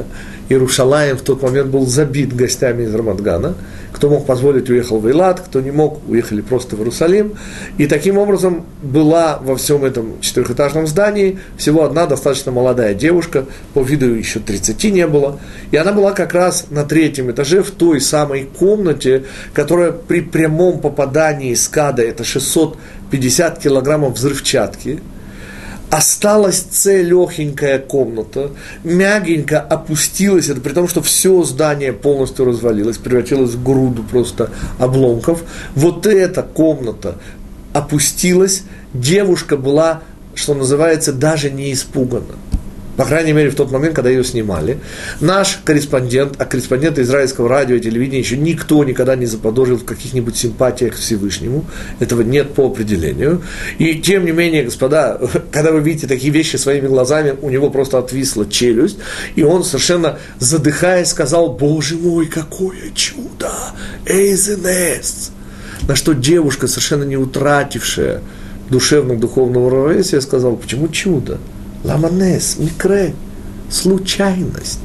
Иерушалаим в тот момент был забит гостями из Рамат-Гана. Кто мог позволить, уехал в Эйлат, кто не мог, уехали просто в Иерусалим. И таким образом была во всем этом четырехэтажном здании всего одна достаточно молодая девушка, по виду еще 30 не было. И она была как раз на 3-м этаже, в той самой комнате, которая при прямом попадании скада, это 650 килограммов взрывчатки, осталась целехенькая комната, мягенько опустилась, это при том, что все здание полностью развалилось, превратилось в груду просто обломков. Вот эта комната опустилась, девушка была, что называется, даже не испугана. По крайней мере, в тот момент, когда ее снимали. Наш корреспондент, а корреспондента израильского радио и телевидения еще никто никогда не заподозрил в каких-нибудь симпатиях к Всевышнему. Этого нет по определению. И тем не менее, господа, когда вы видите такие вещи своими глазами, у него просто отвисла челюсть, и он совершенно задыхаясь сказал: «Боже мой, какое чудо! Эйзенес!» На что девушка, совершенно не утратившая душевно-духовного равновесия, сказала: «Почему чудо? Ламанес, микре, случайность».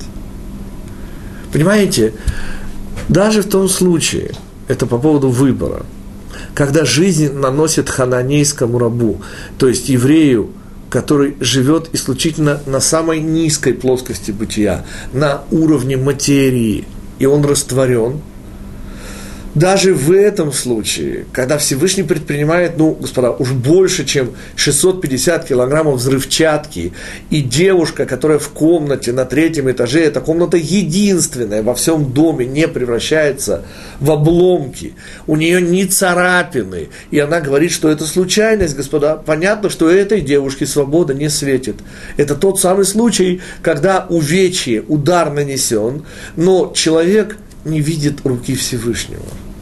Понимаете, даже в том случае, это по поводу выбора, когда жизнь наносит хананейскому рабу, то есть еврею, который живет исключительно на самой низкой плоскости бытия, на уровне материи, и он растворен, даже в этом случае, когда Всевышний предпринимает, господа, уж больше, чем 650 килограммов взрывчатки, и девушка, которая в комнате на 3-м этаже, эта комната единственная во всем доме, не превращается в обломки, у нее ни царапины, и она говорит, что это случайность, господа, понятно, что этой девушке свобода не светит. Это тот самый случай, когда увечье, удар нанесен, но человек не видит руки Всевышнего.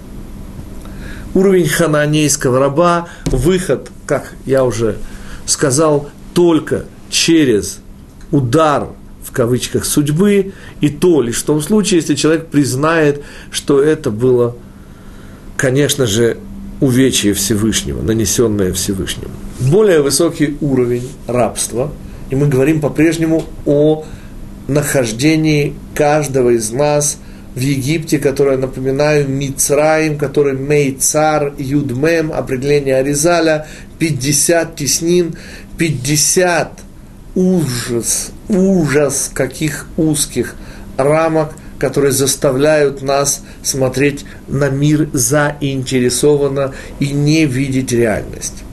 Уровень хананейского раба, выход, как я уже сказал, только через удар, в кавычках, судьбы, и то лишь в том случае, если человек признает, что это было, конечно же, увечье Всевышнего, нанесенное Всевышнему. Более высокий уровень рабства, и мы говорим по-прежнему о нахождении каждого из нас в Египте, которое, напоминаю, Мицраим, который Мейцар, Юдмем, определение Аризаля, 50 теснин, 50 ужас каких узких рамок, которые заставляют нас смотреть на мир заинтересованно и не видеть реальность.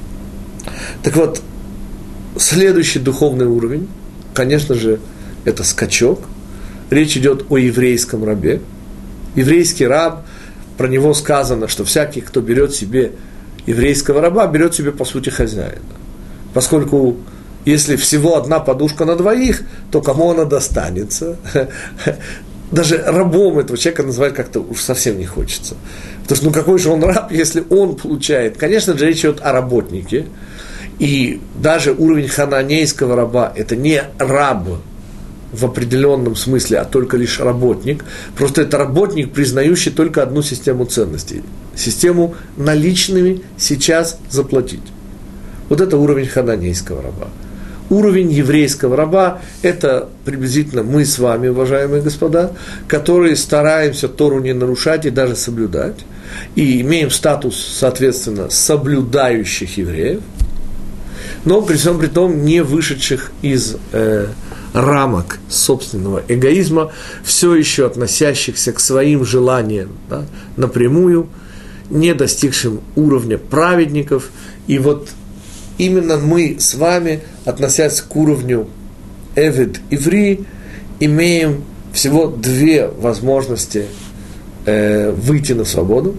Так вот, следующий духовный уровень, конечно же, это скачок. Речь идет о еврейском рабе. Еврейский раб, про него сказано, что всякий, кто берет себе еврейского раба, берет себе, по сути, хозяина. Поскольку, если всего одна подушка на двоих, то кому она достанется? Даже рабом этого человека называть как-то уж совсем не хочется. Потому что, какой же он раб, если он получает? Конечно же, речь идет о работнике. И даже уровень хананейского раба – это не раб в определенном смысле, а только лишь работник. Просто это работник, признающий только одну систему ценностей. Систему наличными сейчас заплатить. Вот это уровень хананейского раба. Уровень еврейского раба – это приблизительно мы с вами, уважаемые господа, которые стараемся Тору не нарушать и даже соблюдать, и имеем статус, соответственно, соблюдающих евреев, но при всем при том не вышедших из рамок собственного эгоизма, все еще относящихся к своим желаниям, да, напрямую, не достигшим уровня праведников. И вот именно мы с вами, относясь к уровню Эвед Иври, имеем всего 2 возможности выйти на свободу.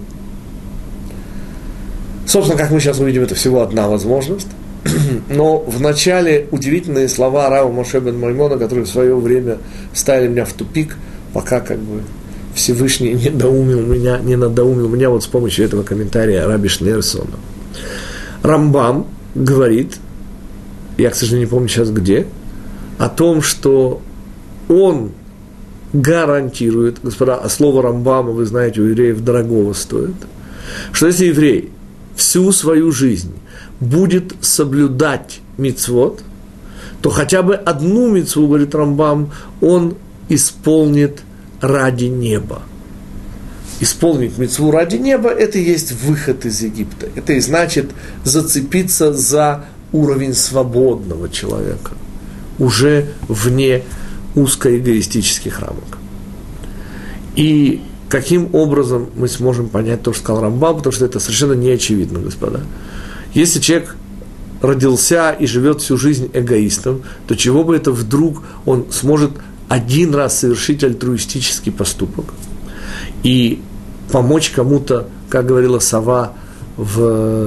Собственно, как мы сейчас увидим, это всего одна возможность. Но в начале удивительные слова Рава Моше бен Маймона, которые в свое время ставили меня в тупик, пока Всевышний не надоумил меня вот с помощью этого комментария Раби Шнейрсона. Рамбам говорит, я, к сожалению, не помню сейчас где, о том, что он гарантирует, господа, а слово Рамбама, вы знаете, у евреев дорогого стоит, что если еврей всю свою жизнь будет соблюдать мицвот, то хотя бы одну мицву, говорит Рамбам, он исполнит ради неба. Исполнить мицву ради неба – это и есть выход из Египта. Это и значит зацепиться за уровень свободного человека, уже вне узкоэгоистических рамок. И каким образом мы сможем понять то, что сказал Рамбам, потому что это совершенно не очевидно, господа. Если человек родился и живет всю жизнь эгоистом, то чего бы это вдруг он сможет один раз совершить альтруистический поступок и помочь кому-то, как говорила сова в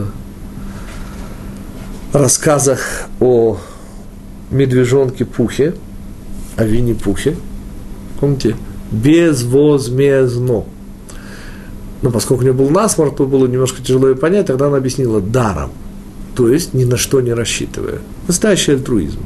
рассказах о медвежонке Пухе, о Винни-Пухе, помните, безвозмездно. Но поскольку у нее был насморк, то было немножко тяжело ее понять, тогда она объяснила даром, то есть ни на что не рассчитывая. Настоящий альтруизм.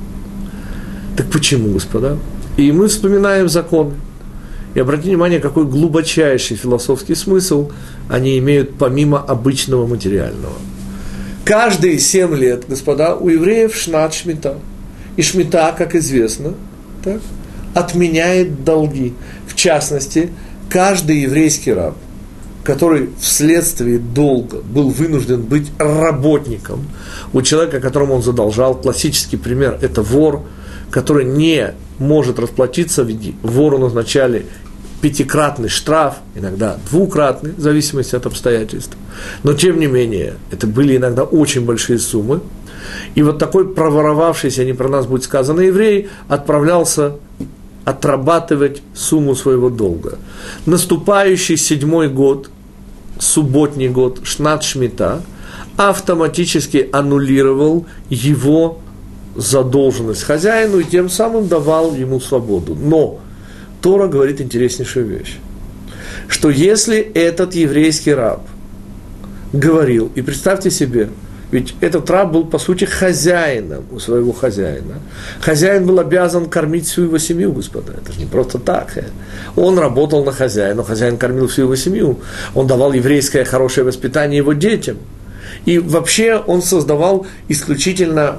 Так почему, господа? И мы вспоминаем законы. И обратите внимание, какой глубочайший философский смысл они имеют помимо обычного материального. Каждые 7 лет, господа, у евреев шнат шмита. И шмита, как известно, так, отменяет долги. В частности, каждый еврейский раб, который вследствие долга был вынужден быть работником у человека, которому он задолжал, классический пример – это вор, который не может расплатиться, ведь вору назначали 5-кратный штраф, иногда 2-кратный, в зависимости от обстоятельств. Но, тем не менее, это были иногда очень большие суммы. И вот такой проворовавшийся, не про нас будет сказано, еврей отправлялся отрабатывать сумму своего долга. Наступающий 7-й год, субботний год, шнат шмита, автоматически аннулировал его задолженность хозяину и тем самым давал ему свободу. Но Тора говорит интереснейшую вещь, что если этот еврейский раб говорил, и представьте себе, ведь этот раб был, по сути, хозяином у своего хозяина. Хозяин был обязан кормить всю его семью, господа. Это же не просто так. Он работал на хозяина, но хозяин кормил всю его семью. Он давал еврейское хорошее воспитание его детям. И вообще он создавал исключительно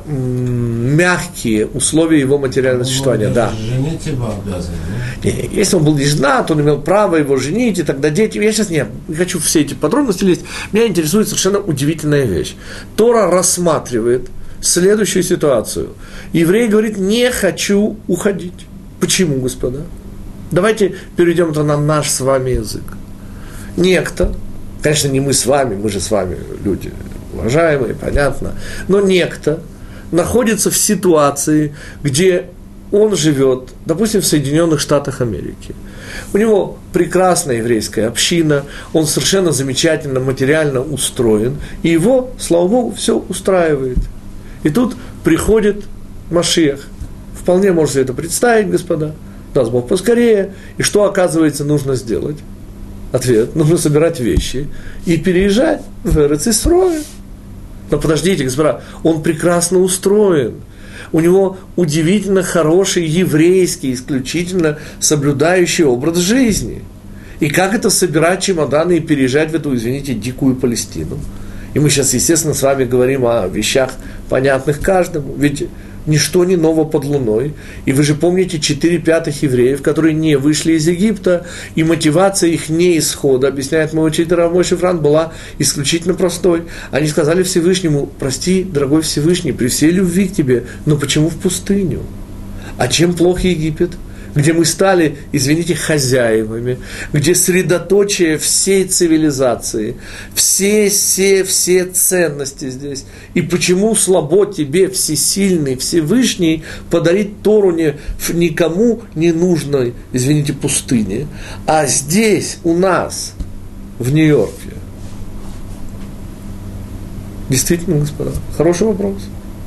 мягкие условия его материального существования. Да. Женить его обязан. Если он был не женат, он имел право его женить, и тогда дети... Я сейчас не хочу все эти подробности лезть. Меня интересует совершенно удивительная вещь. Тора рассматривает следующую ситуацию. Еврей говорит: не хочу уходить. Почему, господа? Давайте перейдем это на наш с вами язык. Некто, конечно, не мы с вами, мы же с вами люди уважаемые, понятно, но некто находится в ситуации, где он живет, допустим, в Соединенных Штатах Америки. У него прекрасная еврейская община, он совершенно замечательно материально устроен, и его, слава Богу, все устраивает. И тут приходит Машиах. Вполне можно это представить, господа. Даст Бог поскорее. И что, оказывается, нужно сделать? Ответ: нужно собирать вещи и переезжать в Эрец Исроэль. Но подождите, господа, он прекрасно устроен. У него удивительно хороший еврейский, исключительно соблюдающий образ жизни. И как это собирать чемоданы и переезжать в эту, извините, дикую Палестину? И мы сейчас, естественно, с вами говорим о вещах, понятных каждому. Ведь ничто не ново под луной. И вы же помните 4/5 евреев, которые не вышли из Египта, и мотивация их не исхода, объясняет мой учитель Рав Мойше Франк, была исключительно простой. Они сказали Всевышнему: прости, дорогой Всевышний, при всей любви к тебе, но почему в пустыню? А чем плох Египет? Где мы стали, извините, хозяевами, где средоточие всей цивилизации, все ценности здесь. И почему слабо тебе, всесильный Всевышний, подарить Тору никому не нужной, извините, пустыне, а здесь, у нас, в Нью-Йорке? Действительно, господа, хороший вопрос.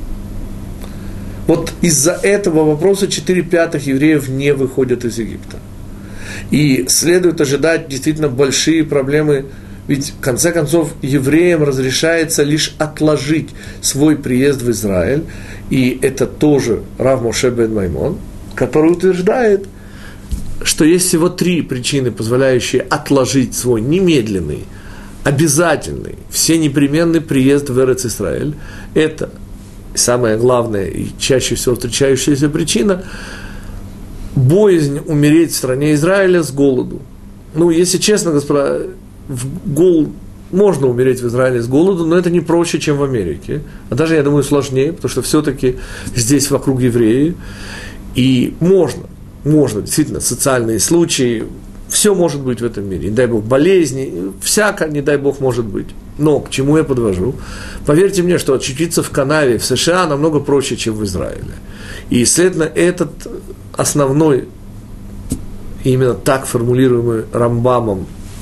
Вот из-за этого вопроса 4/5 евреев не выходят из Египта. И следует ожидать действительно большие проблемы, ведь в конце концов евреям разрешается лишь отложить свой приезд в Израиль, и это тоже Рав Моше бен Маймон, который утверждает, что есть всего 3 причины, позволяющие отложить свой немедленный, обязательный, всенепременный приезд в Эрец Исраэль. Это самая главная и чаще всего встречающаяся причина – боязнь умереть в стране Израиля с голоду. Ну, если честно, господа, можно умереть в Израиле с голоду, но это не проще, чем в Америке. А даже, я думаю, сложнее, потому что все-таки здесь вокруг евреи. И можно, действительно, социальные случаи, все может быть в этом мире. Не дай Бог, болезни, всякое, не дай Бог, может быть. Но к чему я подвожу? Поверьте мне, что очутиться в канаве в США намного проще, чем в Израиле. И, следовательно, этот основной, именно так формулируемый Рамбамом,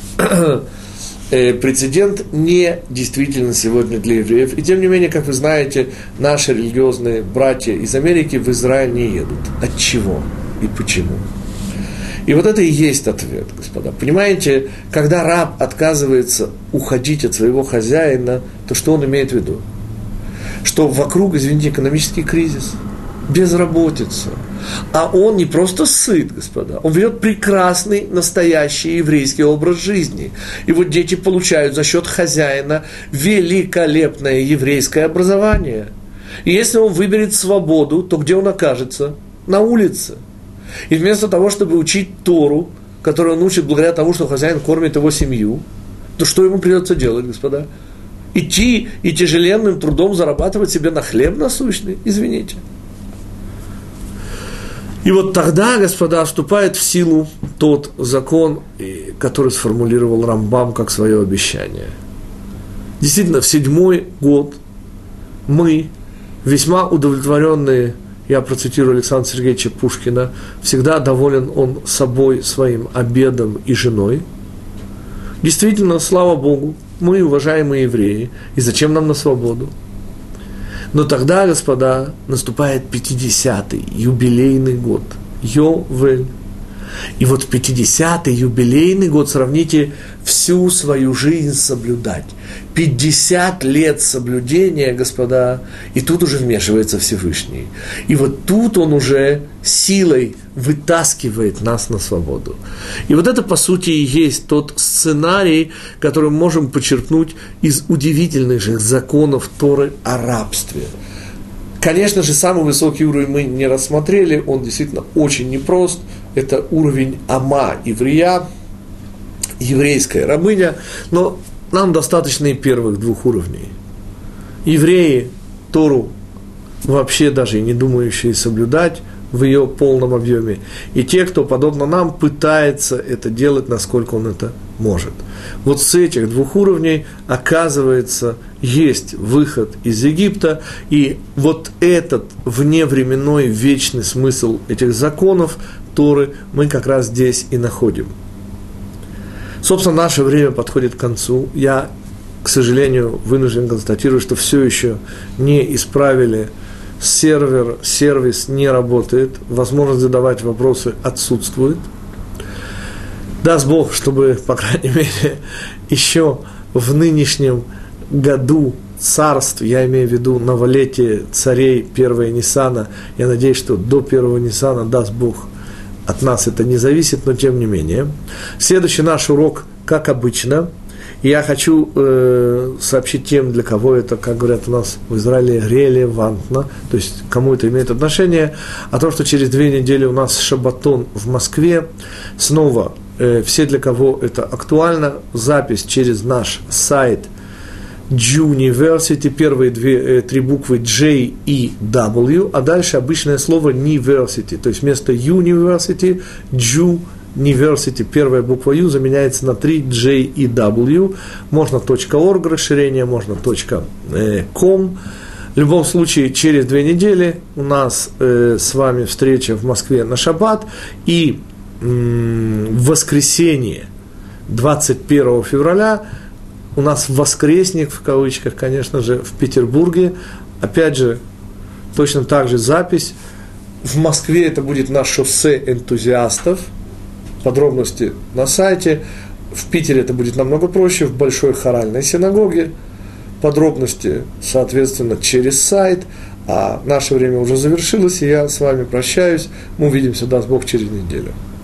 прецедент не действительно сегодня для евреев. И тем не менее, как вы знаете, наши религиозные братья из Америки в Израиль не едут. От чего и почему? И вот это и есть ответ, господа. Понимаете, когда раб отказывается уходить от своего хозяина, то что он имеет в виду? Что вокруг, извините, экономический кризис, безработица. А он не просто сыт, господа, он ведет прекрасный, настоящий еврейский образ жизни. И вот дети получают за счет хозяина великолепное еврейское образование. И если он выберет свободу, то где он окажется? На улице. И вместо того, чтобы учить Тору, которую он учит благодаря тому, что хозяин кормит его семью, то что ему придется делать, господа? Идти и тяжеленным трудом зарабатывать себе на хлеб насущный? Извините. И вот тогда, господа, вступает в силу тот закон, который сформулировал Рамбам как свое обещание. Действительно, в 7-й год мы, весьма удовлетворенные, я процитирую Александра Сергеевича Пушкина, всегда доволен он собой, своим обедом и женой. Действительно, слава Богу, мы уважаемые евреи, и зачем нам на свободу? Но тогда, господа, наступает 50-й юбилейный год, Йовель. И вот в 50-й юбилейный год, сравните, всю свою жизнь соблюдать. 50 лет соблюдения, господа, и тут уже вмешивается Всевышний. И вот тут он уже силой вытаскивает нас на свободу. И вот это, по сути, и есть тот сценарий, который мы можем почерпнуть из удивительных же законов Торы о рабстве. Конечно же, самый высокий уровень мы не рассмотрели, он действительно очень непрост. Это уровень Ама, еврея, еврейская рабыня, но нам достаточно и первых 2 уровней. Евреи Тору вообще даже и не думающие соблюдать в ее полном объеме. И те, кто, подобно нам, пытается это делать, насколько он это может. Вот с этих 2 уровней, оказывается, есть выход из Египта, и вот этот вневременной вечный смысл этих законов Торы мы как раз здесь и находим. Собственно, наше время подходит к концу. Я, к сожалению, вынужден констатировать, что все еще не исправили сервис не работает, возможность задавать вопросы отсутствует. Даст Бог, чтобы, по крайней мере, еще в нынешнем году царств, я имею в виду новолетие царей 1 Ниссана, я надеюсь, что до 1 Ниссана, даст Бог, от нас это не зависит, но тем не менее. Следующий наш урок, как обычно, и я хочу сообщить тем, для кого это, как говорят у нас в Израиле, релевантно, то есть кому это имеет отношение, о том, что через 2 недели у нас шаббатон в Москве. Снова, все, для кого это актуально, запись через наш сайт Juniversity, первые 3 буквы J и W, а дальше обычное слово University, то есть вместо University, Juniversity, первая буква U заменяется на 3 J и W, можно .org расширение, можно .com. В любом случае, через 2 недели у нас с вами встреча в Москве на шаббат, и в воскресенье 21 февраля у нас воскресник, в кавычках, конечно же, в Петербурге. Опять же, точно так же запись. В Москве это будет на шоссе энтузиастов. Подробности на сайте. В Питере это будет намного проще, в Большой хоральной синагоге. Подробности, соответственно, через сайт. А наше время уже завершилось, и я с вами прощаюсь. Мы увидимся, даст Бог, через неделю.